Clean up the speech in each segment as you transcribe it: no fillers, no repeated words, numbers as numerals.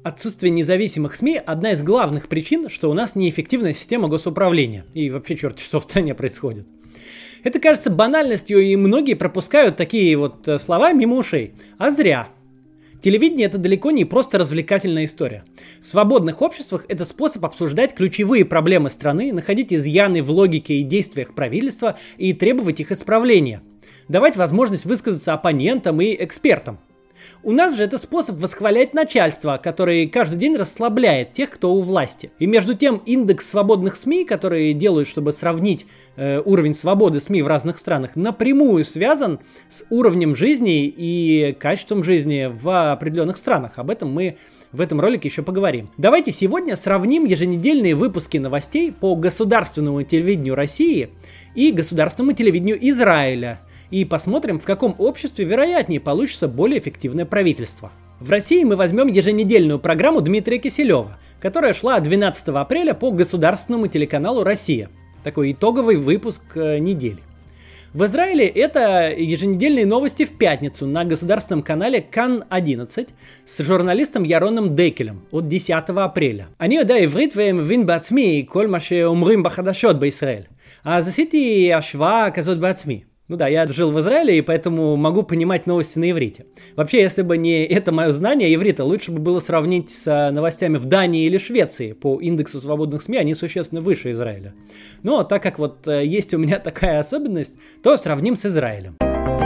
Отсутствие независимых СМИ – одна из главных причин, что у нас неэффективная система госуправления. И вообще черт, что в стране происходит. Это кажется банальностью, и многие пропускают такие вот слова мимо ушей. А зря. Телевидение – это далеко не просто развлекательная история. В свободных обществах это способ обсуждать ключевые проблемы страны, находить изъяны в логике и действиях правительства и требовать их исправления. Давать возможность высказаться оппонентам и экспертам. У нас же это способ восхвалять начальство, которое каждый день расслабляет тех, кто у власти. И между тем индекс свободных СМИ, которые делают, чтобы сравнить уровень свободы СМИ в разных странах, напрямую связан с уровнем жизни и качеством жизни в определенных странах. Об этом мы в этом ролике еще поговорим. Давайте сегодня сравним еженедельные выпуски новостей по государственному телевидению России и государственному телевидению Израиля. И посмотрим, в каком обществе вероятнее получится более эффективное правительство. В России мы возьмем еженедельную программу Дмитрия Киселева, которая шла 12 апреля по государственному телеканалу «Россия». Такой итоговый выпуск недели. В Израиле это еженедельные новости в пятницу на государственном канале Кан 11 с журналистом Яроном Декелем от 10 апреля. אני יודע עברית ומבין בעצמי כל מה שאומרים בחדשות בישראל. אז עשיתי השוואה כזאת בעצמי. Ну да, я жил в Израиле, и поэтому могу понимать новости на иврите. Вообще, если бы не это мое знание иврита, лучше бы было сравнить с новостями в Дании или Швеции. По индексу свободных СМИ они существенно выше Израиля. Но так как вот есть у меня такая особенность, то сравним с Израилем.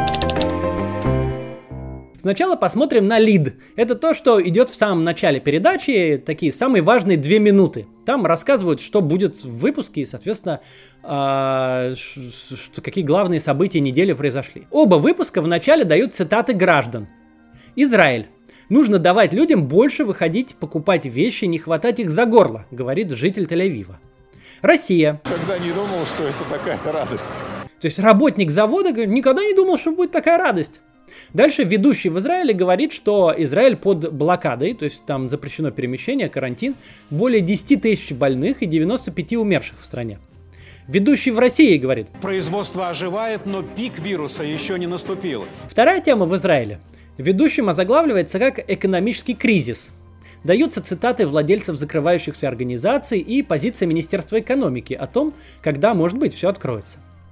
Сначала посмотрим на лид. Это то, что идет в самом начале передачи, такие самые важные 2 минуты. Там рассказывают, что будет в выпуске и, соответственно, какие главные события недели произошли. Оба выпуска в начале дают цитаты граждан. Израиль. Нужно давать людям больше выходить, покупать вещи, не хватать их за горло, говорит житель Тель-Авива. Россия. Никогда не думал, что это такая радость. То есть работник завода говорит, никогда не думал, что будет такая радость. Дальше ведущий в Израиле говорит, что Израиль под блокадой, то есть там запрещено перемещение, карантин, более 10 тысяч больных и 95 умерших в стране. Ведущий в России говорит: производство оживает, но пик вируса еще не наступил. Вторая тема в Израиле. Ведущим озаглавливается как экономический кризис. Даются цитаты владельцев закрывающихся организаций и позиция Министерства экономики о том, когда, может быть, все откроется.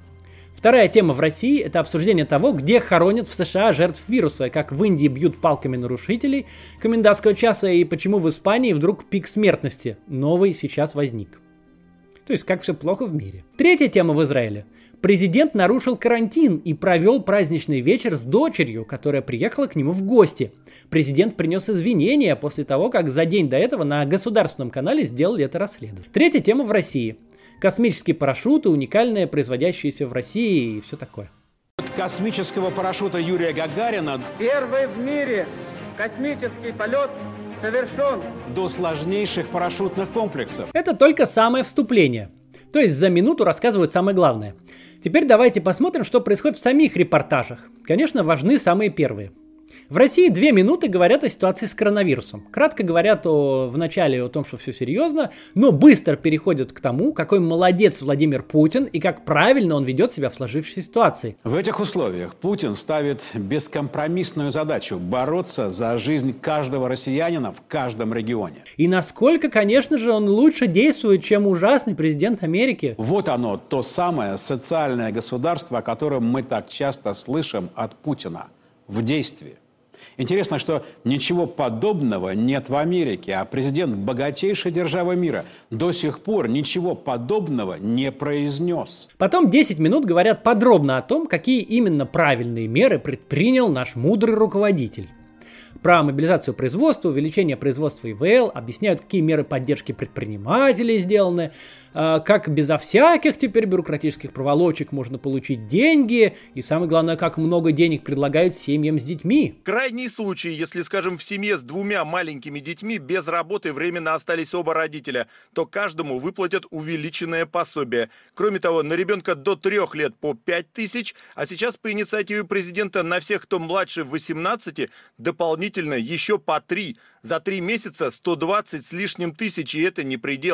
Вторая тема в России – это обсуждение того, где хоронят в США жертв вируса, как в Индии бьют палками нарушителей комендантского часа и почему в Испании вдруг пик смертности новый сейчас возник. То есть как все плохо в мире. Третья тема в Израиле. Президент нарушил карантин и провел праздничный вечер с дочерью, которая приехала к нему в гости. Президент принес извинения после того, как за день до этого на государственном канале сделали это расследование. Третья тема в России. Космические парашюты, уникальные, производящиеся в России и все такое. От космического парашюта Юрия Гагарина первый в мире космический полет совершен. До сложнейших парашютных комплексов. Это только самое вступление. То есть за минуту рассказывают самое главное. Теперь давайте посмотрим, что происходит в самих репортажах. Конечно, важны самые первые. В России 2 минуты говорят о ситуации с коронавирусом. Кратко говорят вначале о том, что все серьезно, но быстро переходят к тому, какой молодец Владимир Путин и как правильно он ведет себя в сложившейся ситуации. В этих условиях Путин ставит бескомпромиссную задачу бороться за жизнь каждого россиянина в каждом регионе. И насколько, конечно же, он лучше действует, чем ужасный президент Америки. Вот оно, то самое социальное государство, о котором мы так часто слышим от Путина в действии. Интересно, что ничего подобного нет в Америке, а президент богатейшей державы мира до сих пор ничего подобного не произнес. Потом 10 минут говорят подробно о том, какие именно правильные меры предпринял наш мудрый руководитель. Про мобилизацию производства, увеличение производства ИВЛ, объясняют, какие меры поддержки предпринимателей сделаны, как безо всяких теперь бюрократических проволочек можно получить деньги, и самое главное, как много денег предлагают семьям с детьми. Крайний случай, если, скажем, в семье с 2 маленькими детьми без работы временно остались оба родителя, то каждому выплатят увеличенное пособие. Кроме того, на ребенка до 3 лет по 5 тысяч, а сейчас по инициативе президента на всех, кто младше 18, дополнительно еще по 3. За 3 месяца 120 с лишним тысяч, и это не предел.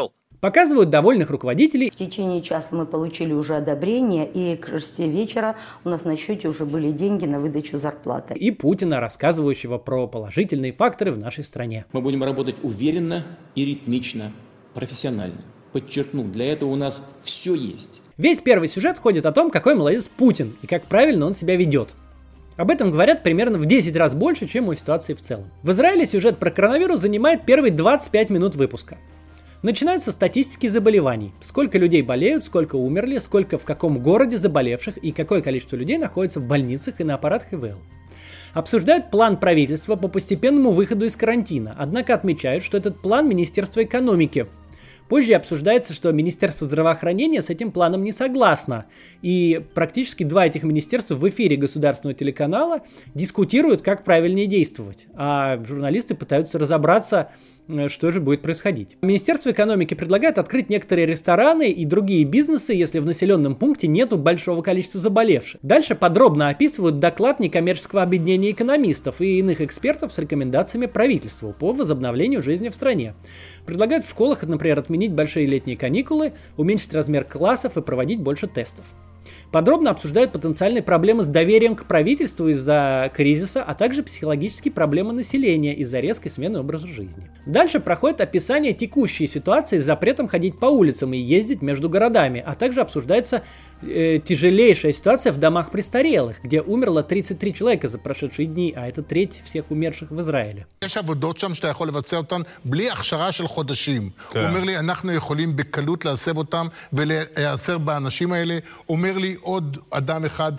Показывают довольных руководителей. В течение часа мы получили уже одобрение, и к 6 вечера у нас на счете уже были деньги на выдачу зарплаты. И Путина, рассказывающего про положительные факторы в нашей стране. Мы будем работать уверенно и ритмично, профессионально. Подчеркну, для этого у нас все есть. Весь первый сюжет ходит о том, какой молодец Путин и как правильно он себя ведет. Об этом говорят примерно в 10 раз больше, чем о ситуации в целом. В Израиле сюжет про коронавирус занимает первые 25 минут выпуска. Начинаются статистики заболеваний. Сколько людей болеют, сколько умерли, сколько в каком городе заболевших и какое количество людей находится в больницах и на аппаратах ИВЛ. Обсуждают план правительства по постепенному выходу из карантина, однако отмечают, что этот план Министерства экономики. Позже обсуждается, что Министерство здравоохранения с этим планом не согласно, и практически два этих министерства в эфире государственного телеканала дискутируют, как правильнее действовать, а журналисты пытаются разобраться, что же будет происходить. Министерство экономики предлагает открыть некоторые рестораны и другие бизнесы, если в населенном пункте нету большого количества заболевших. Дальше подробно описывают доклад некоммерческого объединения экономистов и иных экспертов с рекомендациями правительству по возобновлению жизни в стране. Предлагают в школах, например, отменить большие летние каникулы, уменьшить размер классов и проводить больше тестов. Подробно обсуждают потенциальные проблемы с доверием к правительству из-за кризиса, а также психологические проблемы населения из-за резкой смены образа жизни. Дальше проходит описание текущей ситуации с запретом ходить по улицам и ездить между городами, а также обсуждается тяжелейшая ситуация в домах престарелых, где умерло 33 человека за прошедшие дни, а это треть всех умерших в Израиле. יש עבודות שם שאתה יכול לבצע אותן בלי הכשרה של חודשים. הוא אומר לי, אנחנו יכולים בקלות להסב אותם ולהיעזר באנשים האלה. אומר לי עוד אדם אחד,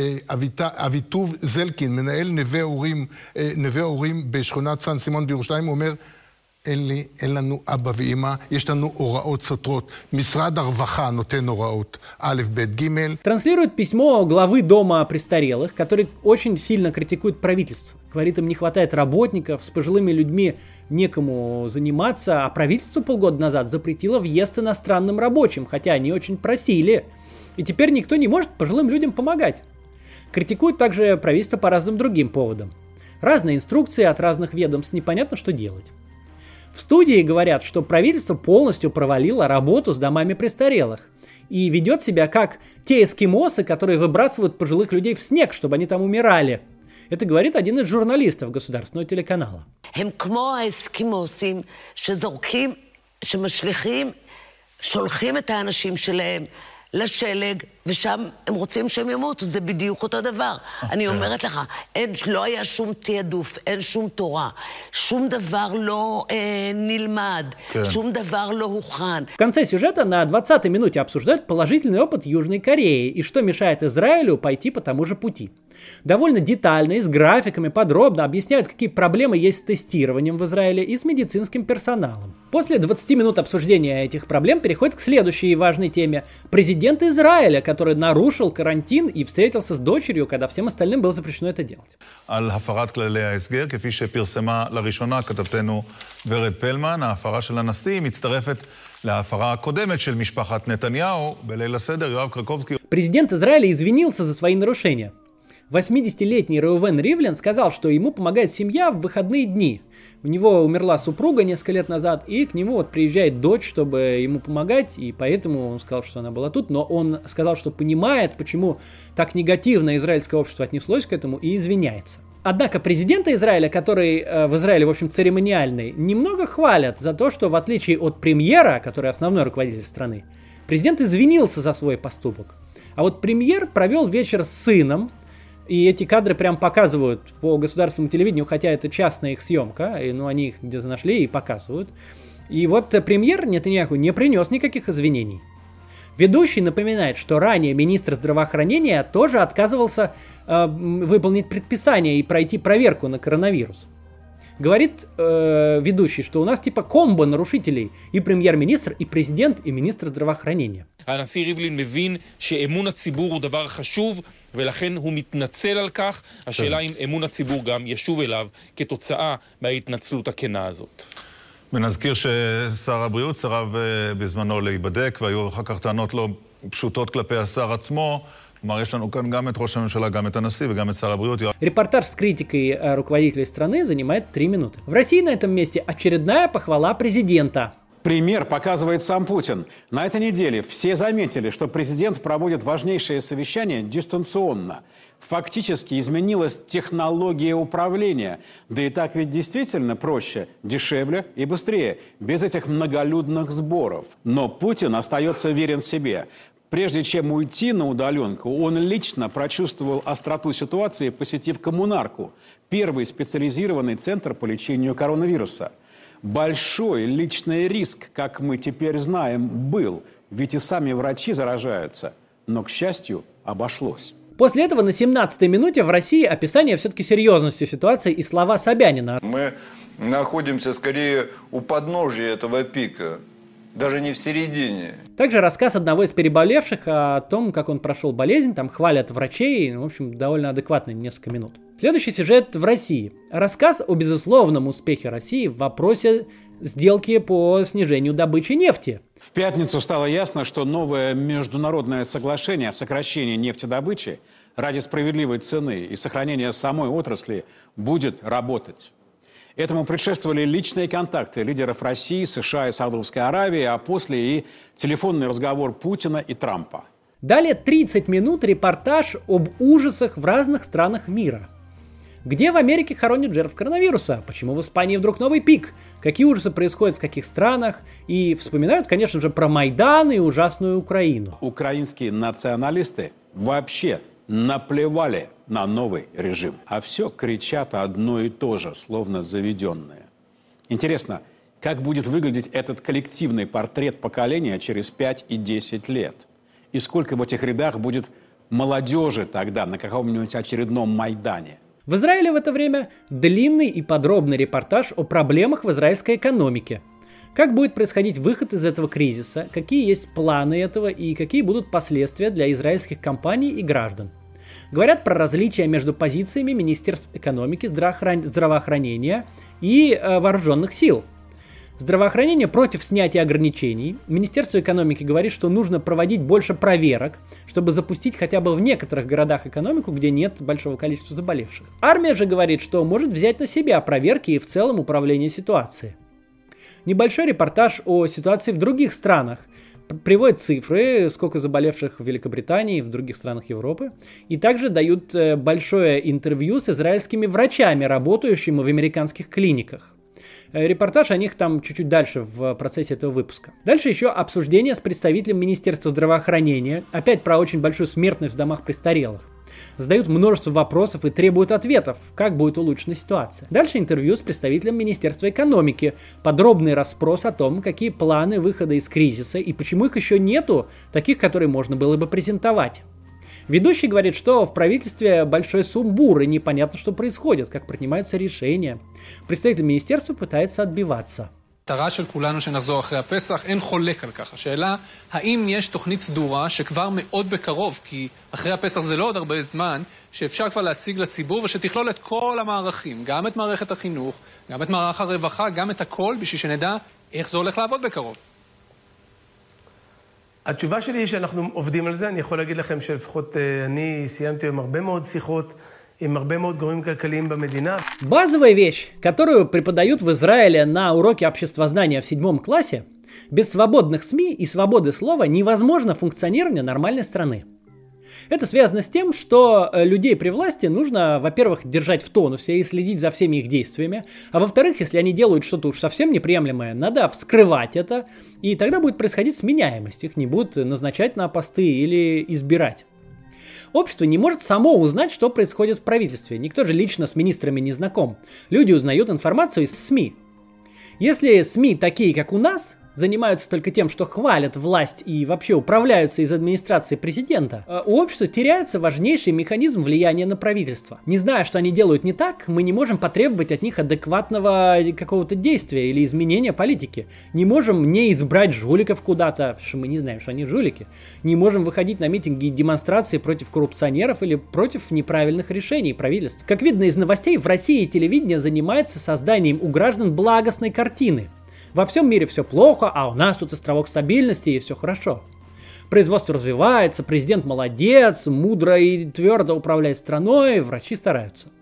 אביטוב זלקין, מנהל נווה הורים בשכונת סן סימון בירושלים, הוא אומר, אין לנו אבא ואמא, יש לנו הוראות סותרות. משרד הרווחה נותן הוראות א', ב', ג'. Транслирует письмо главы дома престарелых, который очень сильно критикует правительство. Говорит, им не хватает работников, с пожилыми людьми некому заниматься, а правительство полгода назад запретило въезд иностранным рабочим, хотя они очень просили. И теперь никто не может пожилым людям помогать. Критикует также правительство по разным другим поводам. Разные инструкции от разных ведомств, непонятно, что делать. В студии говорят, что правительство полностью провалило работу с домами престарелых и ведет себя как те эскимосы, которые выбрасывают пожилых людей в снег, чтобы они там умирали. Это говорит один из журналистов государственного телеканала. לשלג, ושם הם רוצים שהם ימותו, זה בדיוק אותו דבר. אני אומרת לך, לא היה שום תיעדוף, אין שום תורה, שום דבר לא נלמד, שום דבר לא הוכן. В конце сюжета на 20-й минуте обсуждают положительный опыт Южной Кореи и что мешает Израилю пойти по тому же пути. Довольно детально и с графиками подробно объясняют, какие проблемы есть с тестированием в Израиле и с медицинским персоналом. После 20 минут обсуждения этих проблем переходит к следующей важной теме. Президент Израиля, который нарушил карантин и встретился с дочерью, когда всем остальным было запрещено это делать. על הפרת כללי ההסגר, כפי שפרסמה לראשונה כתבתנו ורד פלמן, ההפרה של הנשיא מצטרפת להפרה הקודמת של משפחת נתניהו בליל הסדר, יואב קרקובסקי. Президент Израиля извинился за свои нарушения. 80-летний Реувен Ривлин сказал, что ему помогает семья в выходные дни. У него умерла супруга несколько лет назад, и к нему приезжает дочь, чтобы ему помогать, и поэтому он сказал, что она была тут, но он сказал, что понимает, почему так негативно израильское общество отнеслось к этому, и извиняется. Однако президента Израиля, который в Израиле, в общем, церемониальный, немного хвалят за то, что в отличие от премьера, который основной руководитель страны, президент извинился за свой поступок. А вот премьер провел вечер с сыном, и эти кадры прям показывают по государственному телевидению, хотя это частная их съемка, они их где-то нашли и показывают. И вот премьер Нетаньяху не принес никаких извинений. Ведущий напоминает, что ранее министр здравоохранения тоже отказывался выполнить предписание и пройти проверку на коронавирус. Говорит ведущий, что у нас типа комбо нарушителей, и премьер-министр, и президент, и министр здравоохранения. הנשיא ריבלין מבין שאמון הציבור הוא דבר חשוב, ולכן הוא מתנצל על כך. השאלה אם אמון הציבור גם ישוב אליו כתוצאה מההתנצלות הכנה הזאת. ונזכיר ששר הבריאות סירב בזמנו להיבדק, והיו אחר כך טענות לא פשוטות כלפי השר עצמו. כלומר, יש לנו כאן גם את ראש הממשלה, גם את הנשיא וגם את שר הבריאות. Репортаж с критикой руководителей страны занимает 3 минуты. В России на этом месте очередная похвала президента. Пример показывает сам Путин. На этой неделе все заметили, что президент проводит важнейшее совещание дистанционно. Фактически изменилась технология управления. Да и так ведь действительно проще, дешевле и быстрее, без этих многолюдных сборов. Но Путин остается верен себе. Прежде чем уйти на удаленку, он лично прочувствовал остроту ситуации, посетив Коммунарку, первый специализированный центр по лечению коронавируса. Большой личный риск, как мы теперь знаем, был, ведь и сами врачи заражаются. Но, к счастью, обошлось. После этого на 17-й минуте в России описание все-таки серьезности ситуации и слова Собянина. Мы находимся скорее у подножия этого пика, даже не в середине. Также рассказ одного из переболевших о том, как он прошел болезнь, там хвалят врачей, в общем, довольно адекватно, несколько минут. Следующий сюжет в России. Рассказ о безусловном успехе России в вопросе сделки по снижению добычи нефти. В пятницу стало ясно, что новое международное соглашение о сокращении нефтедобычи ради справедливой цены и сохранения самой отрасли будет работать. Этому предшествовали личные контакты лидеров России, США и Саудовской Аравии, а после и телефонный разговор Путина и Трампа. Далее 30 минут репортаж об ужасах в разных странах мира. Где в Америке хоронят жертв коронавируса? Почему в Испании вдруг новый пик? Какие ужасы происходят в каких странах? И вспоминают, конечно же, про Майдан и ужасную Украину. Украинские националисты вообще наплевали на новый режим. А все кричат одно и то же, словно заведенные. Интересно, как будет выглядеть этот коллективный портрет поколения через 5 и 10 лет? И сколько в этих рядах будет молодежи тогда на каком-нибудь очередном Майдане? В Израиле в это время длинный и подробный репортаж о проблемах в израильской экономике. Как будет происходить выход из этого кризиса, какие есть планы этого и какие будут последствия для израильских компаний и граждан. Говорят про различия между позициями Министерств экономики, здравоохранения и вооруженных сил. Здравоохранение против снятия ограничений. Министерство экономики говорит, что нужно проводить больше проверок, чтобы запустить хотя бы в некоторых городах экономику, где нет большого количества заболевших. Армия же говорит, что может взять на себя проверки и в целом управление ситуацией. Небольшой репортаж о ситуации в других странах. Приводят цифры, сколько заболевших в Великобритании и в других странах Европы. И также дают большое интервью с израильскими врачами, работающими в американских клиниках. Репортаж о них там чуть-чуть дальше в процессе этого выпуска. Дальше еще обсуждение с представителем Министерства здравоохранения. Опять про очень большую смертность в домах престарелых. Задают множество вопросов и требуют ответов, как будет улучшена ситуация. Дальше интервью с представителем Министерства экономики. Подробный расспрос о том, какие планы выхода из кризиса и почему их еще нету, таких, которые можно было бы презентовать. Ведущий говорит, что в правительстве большой сумбур и непонятно, что происходит, как принимаются решения. Представитель министерства пытается отбиваться. המטרה של כולנו שנחזור אחרי הפסח, אין חולק על כך. השאלה, האם יש תוכנית סדורה שכבר מאוד בקרוב, כי אחרי הפסח זה לא עוד הרבה זמן, שאפשר כבר להציג לציבור ושתכלול את כל המערכים, גם את מערכת החינוך, גם את מערך הרווחה, גם את הכל, בשביל שנדע איך זה הולך לעבוד בקרוב. התשובה שלי היא שאנחנו עובדים על זה. אני יכול להגיד לכם שלפחות אני סיימתי עם הרבה מאוד שיחות עם הרבה מאוד גורמים כלכליים במדינה. Базовая вещь, которую преподают в Израиле на уроке обществознания в 7 классе, без свободных СМИ и свободы слова невозможно функционирование нормальной страны. Это связано с тем, что людей при власти нужно, во-первых, держать в тонусе и следить за всеми их действиями, а во-вторых, если они делают что-то уж совсем неприемлемое, надо вскрывать это, и тогда будет происходить сменяемость, их не будут назначать на посты или избирать. Общество не может само узнать, что происходит в правительстве, никто же лично с министрами не знаком, люди узнают информацию из СМИ. Если СМИ такие, как у нас, занимаются только тем, что хвалят власть и вообще управляются из администрации президента, у общества теряется важнейший механизм влияния на правительство. Не зная, что они делают не так, мы не можем потребовать от них адекватного какого-то действия или изменения политики. Не можем не избрать жуликов куда-то, потому что мы не знаем, что они жулики. Не можем выходить на митинги и демонстрации против коррупционеров или против неправильных решений правительств. Как видно из новостей, в России телевидение занимается созданием у граждан благостной картины. Во всем мире все плохо, а у нас тут островок стабильности и все хорошо. Производство развивается, президент молодец, мудро и твердо управляет страной, врачи стараются.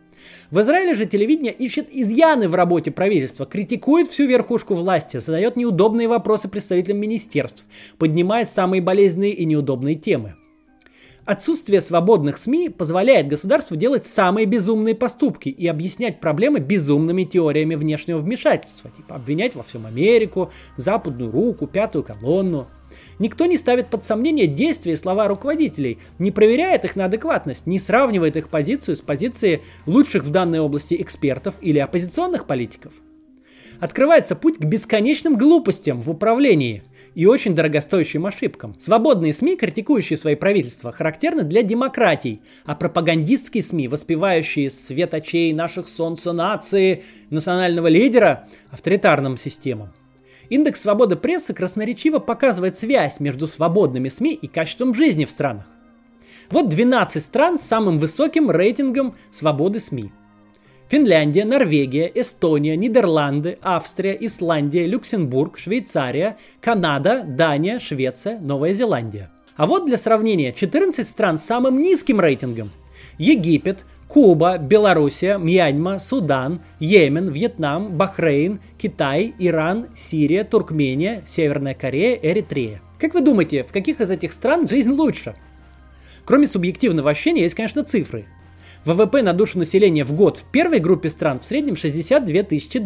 В Израиле же телевидение ищет изъяны в работе правительства, критикует всю верхушку власти, задает неудобные вопросы представителям министерств, поднимает самые болезненные и неудобные темы. Отсутствие свободных СМИ позволяет государству делать самые безумные поступки и объяснять проблемы безумными теориями внешнего вмешательства, типа обвинять во всем Америку, западную руку, пятую колонну. Никто не ставит под сомнение действия и слова руководителей, не проверяет их на адекватность, не сравнивает их позицию с позицией лучших в данной области экспертов или оппозиционных политиков. Открывается путь к бесконечным глупостям в управлении и очень дорогостоящим ошибкам. Свободные СМИ, критикующие свои правительства, характерны для демократий, а пропагандистские СМИ, воспевающие свет очей наших солнца нации, национального лидера, авторитарным системам. Индекс свободы прессы красноречиво показывает связь между свободными СМИ и качеством жизни в странах. Вот 12 стран с самым высоким рейтингом свободы СМИ. Финляндия, Норвегия, Эстония, Нидерланды, Австрия, Исландия, Люксембург, Швейцария, Канада, Дания, Швеция, Новая Зеландия. А вот для сравнения 14 стран с самым низким рейтингом. Египет, Куба, Белоруссия, Мьянма, Судан, Йемен, Вьетнам, Бахрейн, Китай, Иран, Сирия, Туркмения, Северная Корея, Эритрея. Как вы думаете, в каких из этих стран жизнь лучше? Кроме субъективного ощущения есть, конечно, цифры. ВВП на душу населения в год в первой группе стран в среднем $62 тысячи,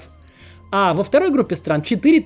а во второй группе стран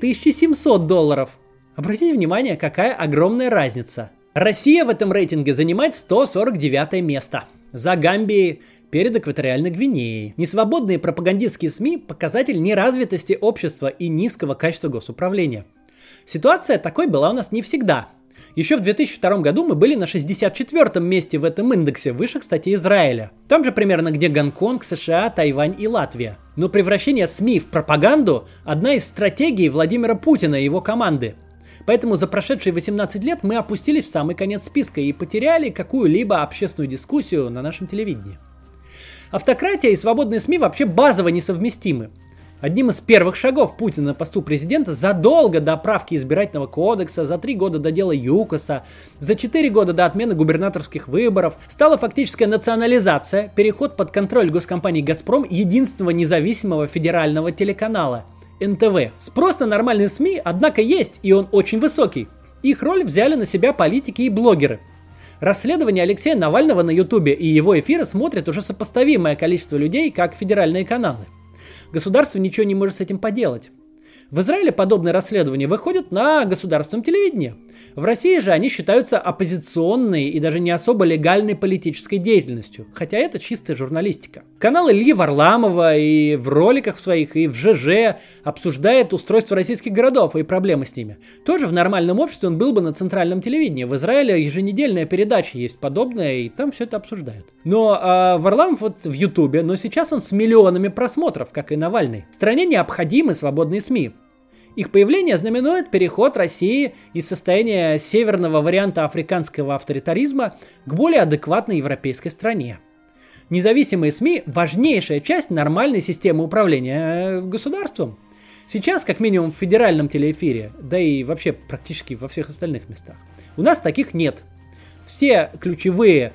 $4700. Обратите внимание, какая огромная разница. Россия в этом рейтинге занимает 149 место. За Гамбией, перед экваториальной Гвинеей. Несвободные пропагандистские СМИ – показатель неразвитости общества и низкого качества госуправления. Ситуация такой была у нас не всегда. Еще в 2002 году мы были на 64-м месте в этом индексе, выше, кстати, Израиля. Там же примерно где Гонконг, США, Тайвань и Латвия. Но превращение СМИ в пропаганду – одна из стратегий Владимира Путина и его команды. Поэтому за прошедшие 18 лет мы опустились в самый конец списка и потеряли какую-либо общественную дискуссию на нашем телевидении. Автократия и свободные СМИ вообще базово несовместимы. Одним из первых шагов Путина на посту президента задолго до правки избирательного кодекса, за 3 года до дела ЮКОСа, за 4 года до отмены губернаторских выборов стала фактическая национализация, переход под контроль госкомпании «Газпром» единственного независимого федерального телеканала – НТВ. Спрос на нормальные СМИ, однако, есть, и он очень высокий. Их роль взяли на себя политики и блогеры. Расследование Алексея Навального на Ютубе и его эфиры смотрят уже сопоставимое количество людей, как федеральные каналы. Государство ничего не может с этим поделать. В Израиле подобные расследования выходят на государственном телевидении. В России же они считаются оппозиционной и даже не особо легальной политической деятельностью, хотя это чистая журналистика. Канал Ильи Варламова и в роликах своих, и в ЖЖ обсуждает устройство российских городов и проблемы с ними. Тоже в нормальном обществе он был бы на центральном телевидении. В Израиле еженедельная передача есть подобная, и там все это обсуждают. Но Варламов вот в Ютубе, но сейчас он с миллионами просмотров, как и Навальный. Стране необходимы свободные СМИ. Их появление знаменует переход России из состояния северного варианта африканского авторитаризма к более адекватной европейской стране. Независимые СМИ – важнейшая часть нормальной системы управления государством. Сейчас, как минимум в федеральном телеэфире, да и вообще практически во всех остальных местах, у нас таких нет. Все ключевые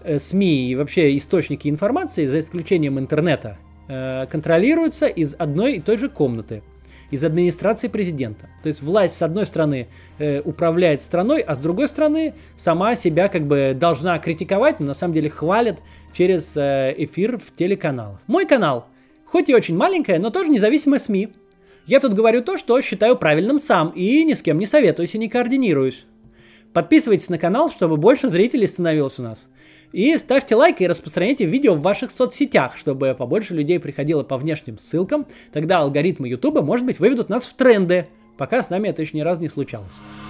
СМИ и вообще источники информации, за исключением интернета, контролируются из одной и той же комнаты. Из администрации президента. То есть власть с одной стороны управляет страной, а с другой стороны сама себя как бы должна критиковать, но на самом деле хвалит через эфир в телеканалах. Мой канал, хоть и очень маленькая, но тоже независимая СМИ. Я тут говорю то, что считаю правильным сам, и ни с кем не советуюсь и не координируюсь. Подписывайтесь на канал, чтобы больше зрителей становилось у нас. И ставьте лайк и распространяйте видео в ваших соцсетях, чтобы побольше людей приходило по внешним ссылкам. Тогда алгоритмы YouTube, может быть, выведут нас в тренды. Пока с нами это еще ни разу не случалось.